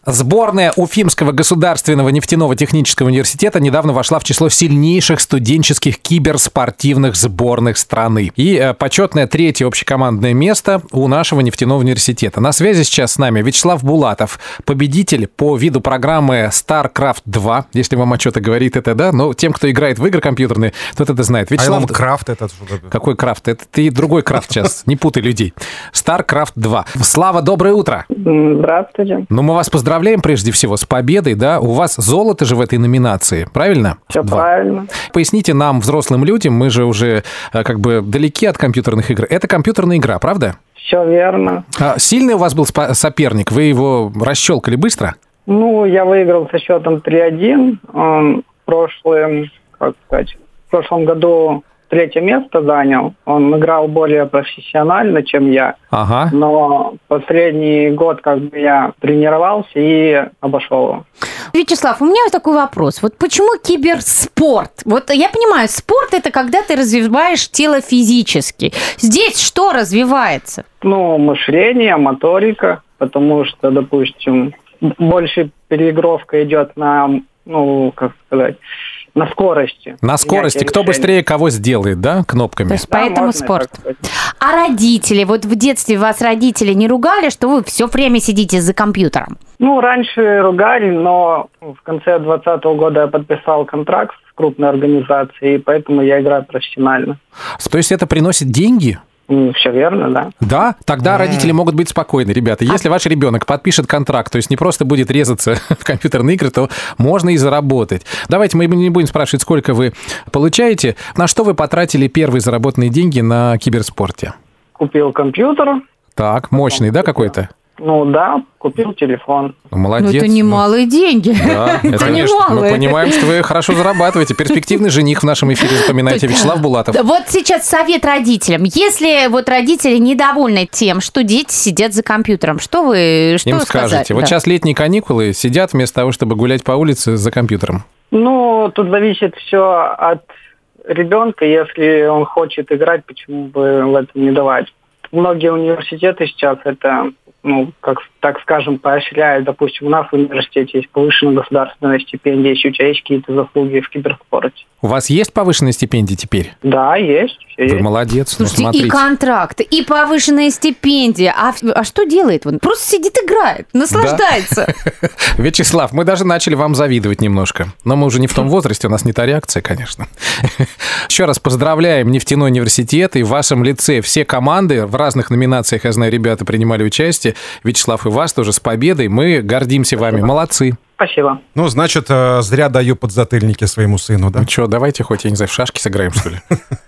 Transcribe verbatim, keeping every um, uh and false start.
Сборная Уфимского государственного нефтяного технического университета недавно вошла в число сильнейших студенческих киберспортивных сборных страны. И э, почетное третье общекомандное место у нашего нефтяного университета. На связи сейчас с нами Вячеслав Булатов, победитель по виду программы StarCraft два. Если вам что-то говорит это, да, но тем, кто играет в игры компьютерные, тот это знает. Вячеслав... А Крафт это что-то... Какой крафт? Это ты другой крафт сейчас, не путай людей. StarCraft два. Слава, доброе утро. Здравствуйте. Ну, мы вас поздравляем. Поздравляем прежде всего с победой, да? У вас золото же в этой номинации, правильно? Все Два. Правильно. Поясните нам, взрослым людям, мы же уже как бы далеки от компьютерных игр. Это компьютерная игра, правда? Все верно. А сильный у вас был соперник? Вы его расщелкали быстро? Ну, я выиграл со счетом три один. Он в прошлом, как сказать, в прошлом году третье место занял. Он играл более профессионально, чем я. Ага. Но последний год как бы я тренировался и обошел его. Вячеслав, у меня вот такой вопрос. Вот почему киберспорт? Вот я понимаю, спорт – это когда ты развиваешь тело физически. Здесь что развивается? Ну, мышление, моторика. Потому что, допустим, больше переигровка идет на, ну, как сказать... На скорости. На скорости. Кто быстрее кого сделает, да, кнопками? То есть да, поэтому спорт. А родители, вот в детстве вас родители не ругали, что вы все время сидите за компьютером? Ну, раньше ругали, но в конце двадцатого года я подписал контракт с крупной организацией, и поэтому я играю профессионально. То есть это приносит деньги? Все верно, да. Да? Тогда родители могут быть спокойны, ребята. Если ваш ребенок подпишет контракт, то есть не просто будет резаться в компьютерные игры, то можно и заработать. Давайте мы не будем спрашивать, сколько вы получаете. На что вы потратили первые заработанные деньги на киберспорте? Купил компьютер. Так, мощный, да, какой-то? Ну да, купил телефон. Молодец. Ну это немалые деньги. Да, это, конечно. Мы понимаем, что вы хорошо зарабатываете. Перспективный жених в нашем эфире, запоминайте, Вячеслав Булатов. Вот сейчас совет родителям. Если вот родители недовольны тем, что дети сидят за компьютером, что вы что им сказать? скажете? Вот да. Сейчас летние каникулы, сидят вместо того, чтобы гулять по улице за компьютером. Ну, тут зависит все от ребенка. Если он хочет играть, почему бы в этом не давать? Многие университеты сейчас это... ну, как, так скажем, поощряет. Допустим, у нас в университете есть повышенная государственная стипендия, если у тебя есть какие-то заслуги в киберспорте. У вас есть повышенная стипендия теперь? Да, есть. Вы есть. молодец. Слушайте, ну, и контракт, и повышенная стипендия. А, а что делает он? Просто сидит, играет, наслаждается. Да. Вячеслав, мы даже начали вам завидовать немножко. Но мы уже не в том возрасте, у нас не та реакция, конечно. Еще раз поздравляем нефтяной университет и в вашем лице все команды. В разных номинациях, я знаю, ребята принимали участие. Вячеслав, и вас тоже с победой. Мы гордимся вами. Молодцы. Спасибо. Ну, значит, зря даю подзатыльники своему сыну, да? Ну что, давайте хоть, я не знаю, в шашки сыграем, что ли?